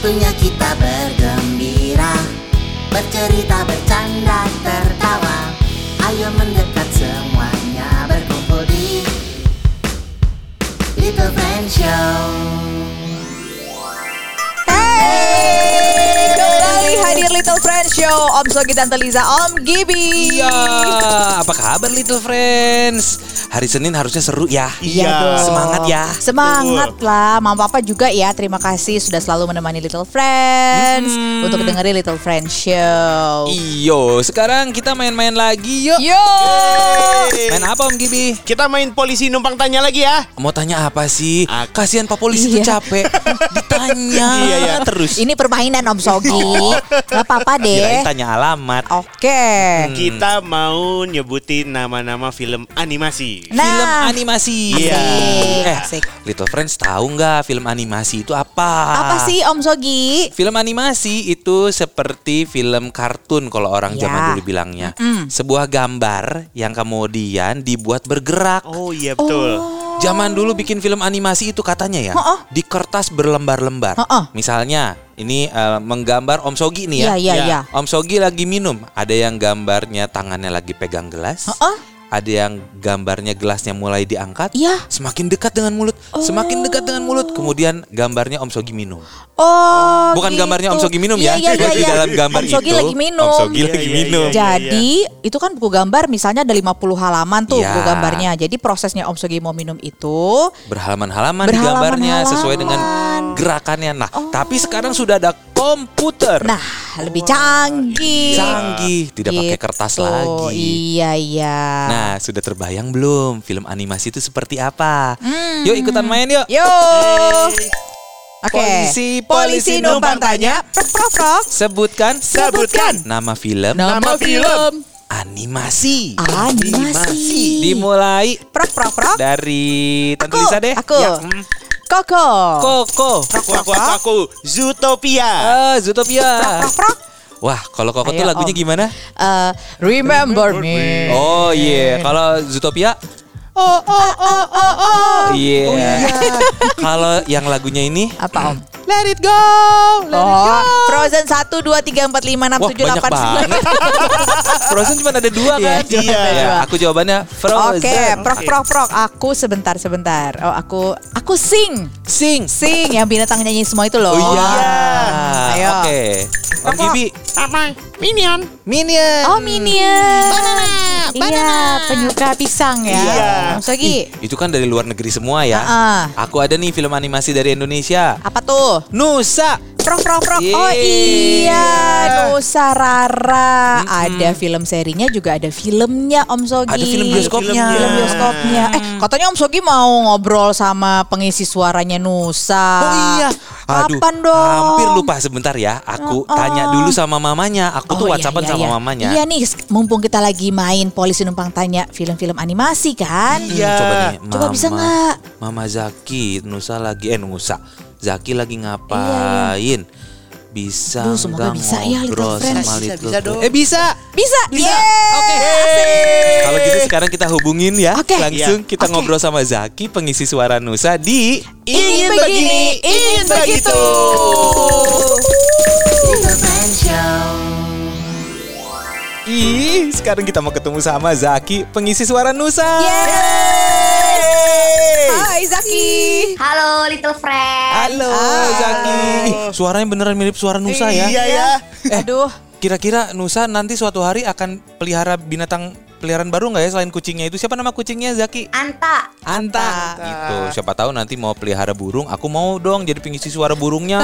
Waktunya kita bergembira, bercerita, bercanda, tertawa. Ayo mendekat semuanya, berkumpul di Little Friend Show. Hey, kembali hadir Little Friend Show. Om Sogi, Tante Liza, Om Gibi. Iya, apa kabar Little Friends? Hari Senin harusnya seru ya. Iya dong. Semangat ya. Semangat lah. Mama Papa juga ya. Terima kasih sudah selalu menemani Little Friends untuk dengerin Little Friend Show. Iyo, sekarang kita main-main lagi yuk. Yo. Main apa Om Gibi? Kita main polisi numpang tanya lagi ya. Mau tanya apa sih? Kasihan Pak Polisi tuh Iya. capek ditanya Iya. terus. Ini permainan Om Sogi. Gak apa-apa Kirain deh. tanya alamat. Oke. Kita mau nyebutin nama-nama film animasi. Nah. Film animasi. Iya. Asik. Little Friends tahu nggak film animasi itu apa? Apa sih Om Sogi? Film animasi itu seperti film kartun kalau orang Ya. zaman dulu bilangnya. Sebuah gambar yang kemudian dibuat bergerak. Oh iya betul. Zaman dulu bikin film animasi itu katanya ya, di kertas berlembar-lembar. Misalnya ini menggambar Om Sogi nih ya. Iya. Om Sogi lagi minum, ada yang gambarnya tangannya lagi pegang gelas. Ada yang gambarnya gelasnya mulai diangkat, Iya. semakin dekat dengan mulut, semakin dekat dengan mulut. Kemudian gambarnya Om Sogi minum. Oh, Bukan gitu. gambarnya Om Sogi minum ya. Iya. Di dalam gambar Om Sogi itu lagi minum. Om Sogi lagi Iya, minum. iya. Jadi itu kan buku gambar misalnya ada 50 halaman tuh Iya. buku gambarnya. Jadi prosesnya Om Sogi mau minum itu Berhalaman-halaman di gambarnya sesuai dengan gerakannya. Nah, tapi sekarang sudah ada komputer. nah lebih canggih. Canggih, tidak pakai kertas Gitu. lagi. Iya. Nah, sudah terbayang belum film animasi itu seperti apa? Yuk ikutan main yuk. Yuk. Oke. Polisi numpang tanya. Prok. Sebutkan nama film Nama film. animasi. Animasi. Dimulai Prok. dari Tante Lisa deh. Aku. Ya. Koko. Koko. Aku Zootopia. Zootopia. Prok. Wah, kalau Koko tuh Ayo, lagunya Om. gimana? Remember me. Oh iya, kalau Zootopia iya. Kalau yang lagunya ini Apa Om? Let it go. Frozen 1, 2, 3, 4, 5, 6, Wah, 7, banyak 8, 9. banget. Frozen cuma ada 2 kan? Iya, cuma ada Ya, dua. aku jawabannya Frozen. Oke, prok. Aku sebentar. Oh, aku sing yang binatang nyanyi semua itu loh. Oh iya. Ayo. Oke. Om Gibi. Minion. Minion. Oh, Minion. Iya, penyuka pisang ya. Iya. Om Sogi. Itu kan dari luar negeri semua ya. Aku ada nih film animasi dari Indonesia. Apa tuh? Nusa. Prok. Yeay. Oh iya, Nusa Rara. Ada film serinya juga ada filmnya Om Sogi. Ada film bioskopnya. Film bioskopnya. Katanya Om Sogi mau ngobrol sama pengisi suaranya Nusa. Oh iya. Aduh, Kapan dong? hampir lupa sebentar ya. Aku tanya dulu sama mamanya. Aku tuh WhatsAppan sama mamanya. Iya nih, mumpung kita lagi main polisi numpang tanya film-film animasi kan. Iya. Coba nih, Coba bisa nggak? Mama Zaki, Zaki lagi ngapain? Bisa Duh, semoga nggak bisa ya, Little ngobrol Friends. sama Bisa, Little bisa dong. Friends? Bisa. Bisa. Oke. Asik. Kalau gitu sekarang kita hubungin ya. Oke. Langsung kita Oke. ngobrol sama Zaki, pengisi suara Nusa di Ingin begini, ingin begitu. Little Friend Show. Sekarang kita mau ketemu sama Zaki, pengisi suara Nusa. Hai Zaki. Halo Little Friend. Halo Zaki. Suaranya beneran mirip suara Nusa ya. Iya ya. Aduh. Kira-kira Nusa nanti suatu hari akan pelihara binatang peliharaan baru nggak ya selain kucingnya itu? Siapa nama kucingnya Zaki? Anta. Anta. Gitu. Siapa tahu nanti mau pelihara burung. Aku mau dong jadi pengisi suara burungnya.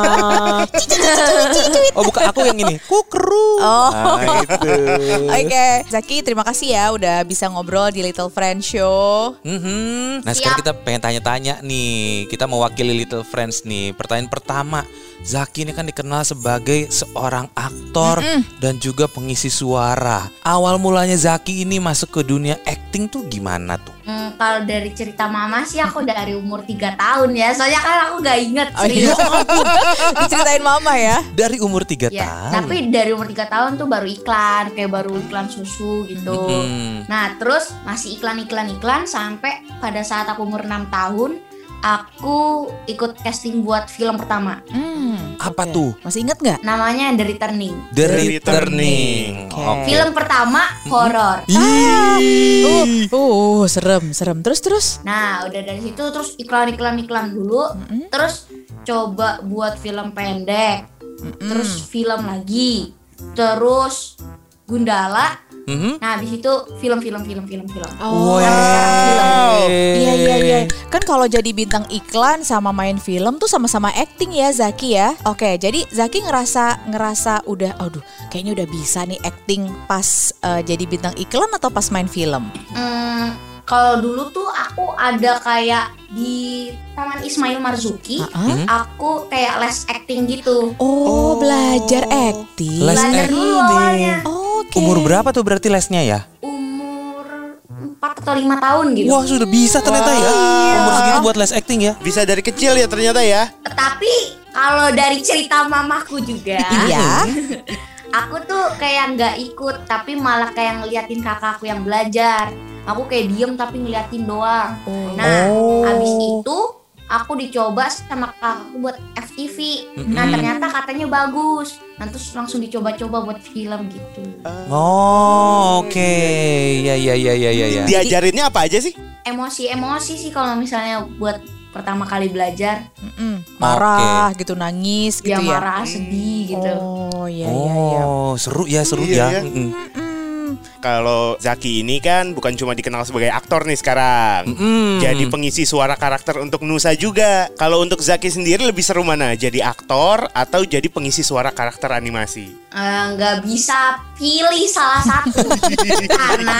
Oh bukan, aku yang ini. Kukru. Oh. Nah, itu. Oke, Zaki terima kasih ya udah bisa ngobrol di Little Friend Show. Nah sekarang kita pengen tanya-tanya nih. Kita mewakili Little Friends nih. Pertanyaan pertama, Zaki ini kan dikenal sebagai seorang aktor dan juga pengisi suara. Awal mulanya Zaki ini masuk ke dunia acting tuh gimana tuh? Kalau dari cerita mama sih aku dari umur 3 tahun ya. Soalnya kan aku gak inget Iya. serius. Diceritain mama ya. Dari umur 3 Ya, tahun. tapi dari umur 3 tahun tuh baru iklan, kayak baru iklan susu gitu. Nah, terus masih iklan sampai pada saat aku umur 6 tahun aku ikut casting buat film pertama. Apa Oke. tuh? Masih inget nggak? Namanya The Returning. The Returning. Returning. Oke. Film pertama horor. Serem. Terus. Nah, udah dari situ terus iklan dulu. Terus coba buat film pendek. Terus film lagi. Terus Gundala. Nah, habis itu film. Oh, Wow. Iya. Kan kalau jadi bintang iklan sama main film tuh sama-sama acting ya Zaki ya. Oke, jadi Zaki ngerasa udah, aduh, kayaknya udah bisa nih acting pas jadi bintang iklan atau pas main film? Kalau dulu tuh aku ada kayak di Taman Ismail Marzuki, aku kayak les acting gitu. Oh, belajar acting. Les Belajar dulu acting. awalnya. Oke. Umur berapa tuh berarti lesnya ya? Umur 4 atau 5 tahun gitu. Wah, sudah bisa ternyata ya. Umur segitu buat les acting ya. Bisa dari kecil ya ternyata ya. Tapi kalau dari cerita mamaku juga, Iya. aku tuh kayak nggak ikut, tapi malah kayak ngeliatin kakakku yang belajar. Aku kayak diem tapi ngeliatin doang. Nah, abis itu aku dicoba sama kakakku buat FTV. Nah, ternyata katanya bagus. Nah, terus langsung dicoba-coba buat film gitu. Oh, oke. Ya. Diajarinnya apa aja sih? Emosi sih kalau misalnya buat pertama kali belajar. Marah gitu, nangis gitu Ya ya. marah, sedih gitu. Oh, iya. Oh, seru ya. Iya. Kalau Zaki ini kan bukan cuma dikenal sebagai aktor nih sekarang. Jadi pengisi suara karakter untuk Nusa juga. Kalau untuk Zaki sendiri lebih seru mana? Jadi aktor atau jadi pengisi suara karakter animasi? Nggak bisa pilih salah satu. karena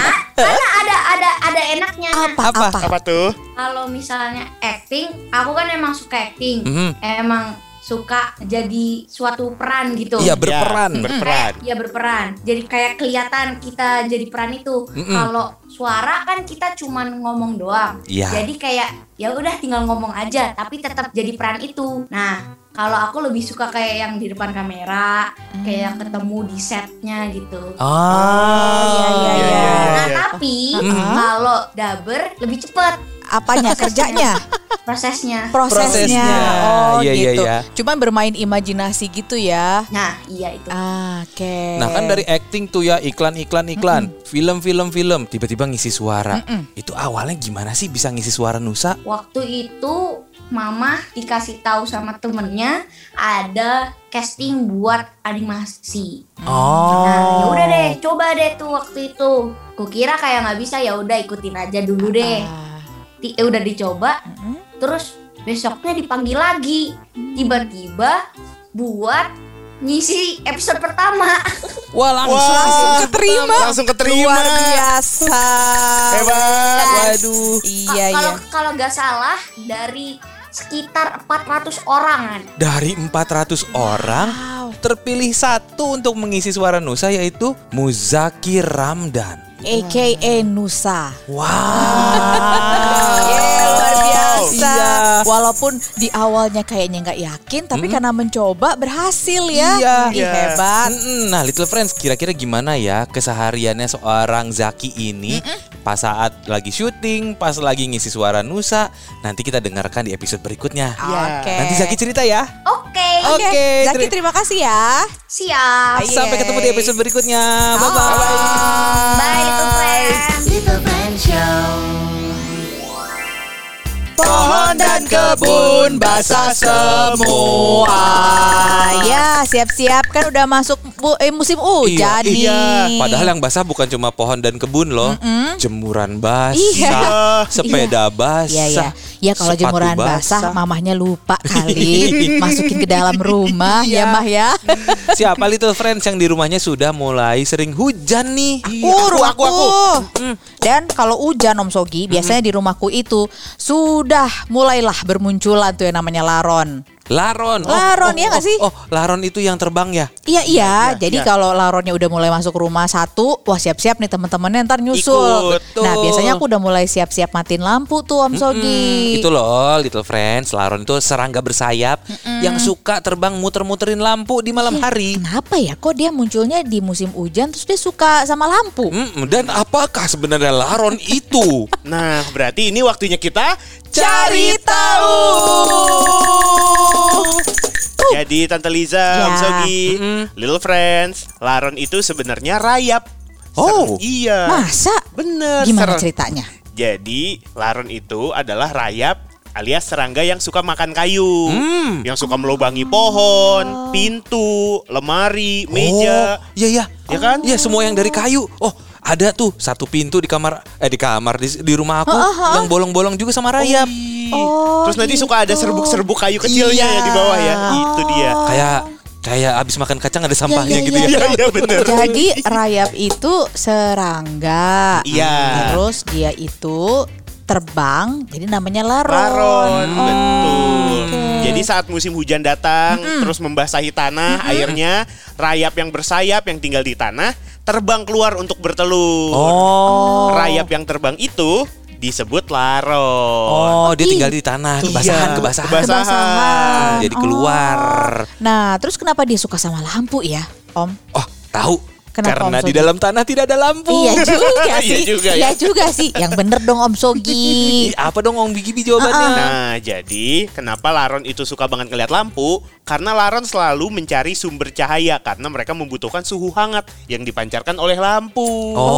ada enaknya. Apa tuh? Kalau misalnya acting, aku kan emang suka acting. Emang suka jadi suatu peran gitu. Iya, berperan. Iya, berperan. Jadi kayak kelihatan kita jadi peran itu. Kalau suara kan kita cuman ngomong doang. Iya. Jadi kayak ya udah tinggal ngomong aja, tapi tetap jadi peran itu. Nah, kalau aku lebih suka kayak yang di depan kamera, kayak ketemu di setnya gitu. Iya. Nah, tapi kalau dubber lebih cepet Apanya kerjanya? prosesnya. Prosesnya. Oh, Iya, gitu. iya. Cuman bermain imajinasi gitu ya. Nah, iya itu. Oke. Nah, kan dari acting tuh ya, iklan, film, tiba-tiba ngisi suara. Itu awalnya gimana sih bisa ngisi suara Nusa? Waktu itu mama dikasih tahu sama temennya ada casting buat animasi. Nah, ya udah deh, coba deh tuh waktu itu. Kukira kayak nggak bisa, ya udah ikutin aja dulu deh. Udah dicoba, terus besoknya dipanggil lagi. Tiba-tiba buat ngisi episode pertama. Wah, langsung keterima. Langsung keterima. Luar biasa. Hebat. Waduh. Iya. Kalau nggak salah dari sekitar 400 orangan. Dari 400 orang terpilih satu untuk mengisi suara Nusa, yaitu Muzaki Ramdan. AKA Nusa. Wow. Luar biasa. Iya. Walaupun di awalnya kayaknya nggak yakin, tapi karena mencoba berhasil ya. Ih, hebat. Nah, Little Friends, kira-kira gimana ya kesehariannya seorang Zaki ini pas saat lagi syuting, pas lagi ngisi suara Nusa? Nanti kita dengarkan di episode berikutnya. Oke. Nanti Zaki cerita ya. Oke, Oke, Zaki terima kasih ya. siap. Sampai ketemu di episode berikutnya. Bye-bye. Bye, Little Friends. Little Friend Show. Pohon dan kebun basah semua. Ya, siap-siap kan udah masuk musim hujan nih. Iya. Padahal yang basah bukan cuma pohon dan kebun loh. Jemuran basah, Iya. sepeda basah. Iya. Ya kalau sepatu jemuran basah mamahnya lupa kali masukin ke dalam rumah ya Mah ya. Siapa Little Friends yang di rumahnya sudah mulai sering hujan nih? Aku. Dan kalau hujan Om Sogi, biasanya di rumahku itu sudah mulailah bermunculan tuh yang namanya laron. Laron. Laron, ya nggak sih? Oh, laron itu yang terbang ya? Iya. Jadi kalau laronnya udah mulai masuk rumah satu, wah siap-siap nih teman-temannya ntar nyusul. Ikut, tuh. Nah biasanya aku udah mulai siap-siap matiin lampu tuh Om Sogi. Itu loh Little Friends, laron itu serangga bersayap yang suka terbang muter-muterin lampu di malam hari. Kenapa ya kok dia munculnya di musim hujan terus dia suka sama lampu? Dan apakah sebenarnya laron itu? Nah, berarti ini waktunya kita cari tahu. Jadi Tante Liza, Ya. Om Sogi, Little Friends, Laron itu sebenarnya rayap. Oh. Iya. Masa? Bener. Gimana ceritanya? Jadi Laron itu adalah rayap alias serangga yang suka makan kayu, yang suka melubangi pohon, pintu, lemari, meja. Oh, iya. Ya kan? Iya, semua yang dari kayu. Oh, ada tuh satu pintu di kamar di rumah aku yang bolong-bolong juga sama rayap. Oh, Terus nanti suka ada gitu. serbuk-serbuk kayu kecilnya Iya. ya di bawah ya. Itu dia. Kayak abis makan kacang ada sampahnya gitu ya. Iya bener. Jadi rayap itu serangga. Iya. Terus dia itu terbang, jadi namanya laron. Laron, betul. oke. Jadi saat musim hujan datang, terus membasahi tanah, airnya rayap yang bersayap yang tinggal di tanah terbang keluar untuk bertelur. Oh. Rayap yang terbang itu disebut laron. Oh, dia tinggal di tanah, kebasahan. Kebasahan. Jadi keluar. Nah, terus kenapa dia suka sama lampu ya, Om? Oh, tahu. Kenapa, Karena Om di Sogi? dalam tanah tidak ada lampu. Iya juga sih. Iya juga ya. Iya juga sih. Yang bener dong Om Sogi. Apa dong Om Bibi jawabannya? Nah, jadi kenapa laron itu suka banget ngeliat lampu? Karena laron selalu mencari sumber cahaya karena mereka membutuhkan suhu hangat yang dipancarkan oleh lampu.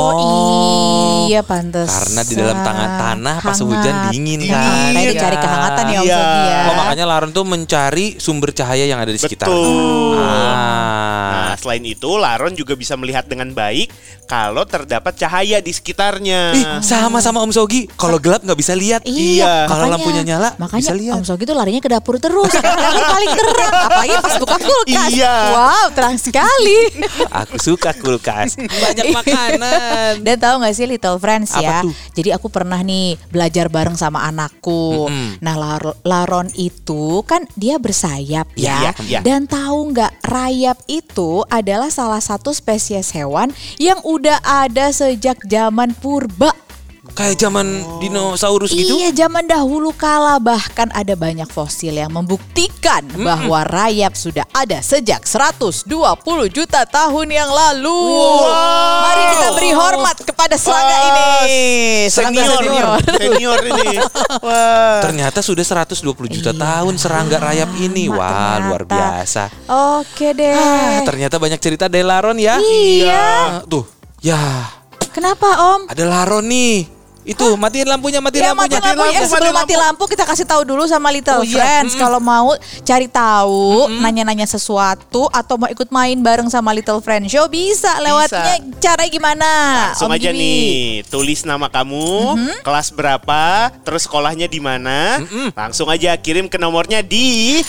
Oh, iya pantes. Karena di dalam tanah pas hujan dingin kan. Makanya dia cari kehangatan ya Om Iya. Sogi ya. Oh, makanya laron tuh mencari sumber cahaya yang ada di sekitar. Betul. Ah. Nah, selain itu laron juga bisa melihat dengan baik kalau terdapat cahaya di sekitarnya. Ih, sama-sama Om Sogi. Kalau gelap nggak bisa lihat. Iya, Kalau makanya- lampunya nyala makanya bisa lihat. Om Sogi tuh larinya ke dapur terus. Dapur paling terang, apalagi pas buka kulkas. Iya. Wow, terang sekali. Aku suka kulkas. Banyak makanan. Dan tahu nggak sih Little Friends Apa ya? tuh? Jadi aku pernah nih belajar bareng sama anakku. Nah, laron itu kan dia bersayap ya. Iya. Dan tahu nggak rayap itu adalah salah satu spesies hewan yang udah ada sejak zaman purba. Kayak zaman dinosaurus gitu. Iya, zaman dahulu kala bahkan ada banyak fosil yang membuktikan bahwa rayap sudah ada sejak 120 juta tahun yang lalu. Mari kita beri hormat kepada serangga ini. Serangga Senior ini. Wah. Ternyata sudah 120 juta tahun serangga rayap ini. Wah, luar biasa. Oke deh. Ternyata banyak cerita dari laron ya. Iya. Tuh, ya Kenapa Om? ada laron nih. Itu matiin lampunya, matiin Ya, lampunya. mati lampu. Sebelum mati lampu kita kasih tahu dulu sama Little Friends. Kalau mau cari tahu, nanya-nanya sesuatu atau mau ikut main bareng sama Little Friends Show bisa lewatnya. Caranya gimana? Langsung Om aja Gibi? nih, tulis nama kamu, kelas berapa, terus sekolahnya di mana. Langsung aja kirim ke nomornya di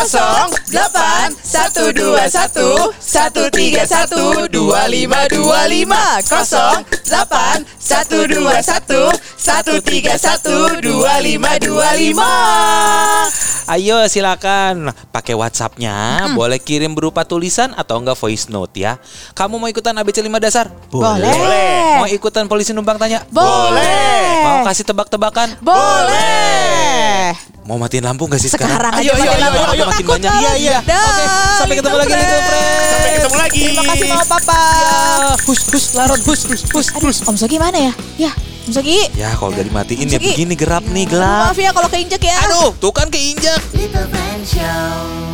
0811-121-131-2525. Ayo silakan pakai WhatsApp-nya, boleh kirim berupa tulisan atau enggak voice note ya. Kamu mau ikutan ABC 5 dasar? Boleh. Mau ikutan polisi numpang tanya? Boleh. Mau kasih tebak-tebakan? Boleh. Mau matiin lampu gak sih sekarang? Sekarang aja Ayo, matiin lampu. ayo, makin banyak. Iya. Dah, Oke, sampai ketemu lagi Little Friends. Sampai ketemu lagi. Terima kasih Mama Papa. Hus, laron, hus. Om Sogi mana ya? Ya, Om Sogi. Ya kalau udah dimatiin ya Sogi. begini gerap nih, gelap. Maaf ya kalau keinjek ya. Aduh, tuh kan keinjak. Little Friend Show.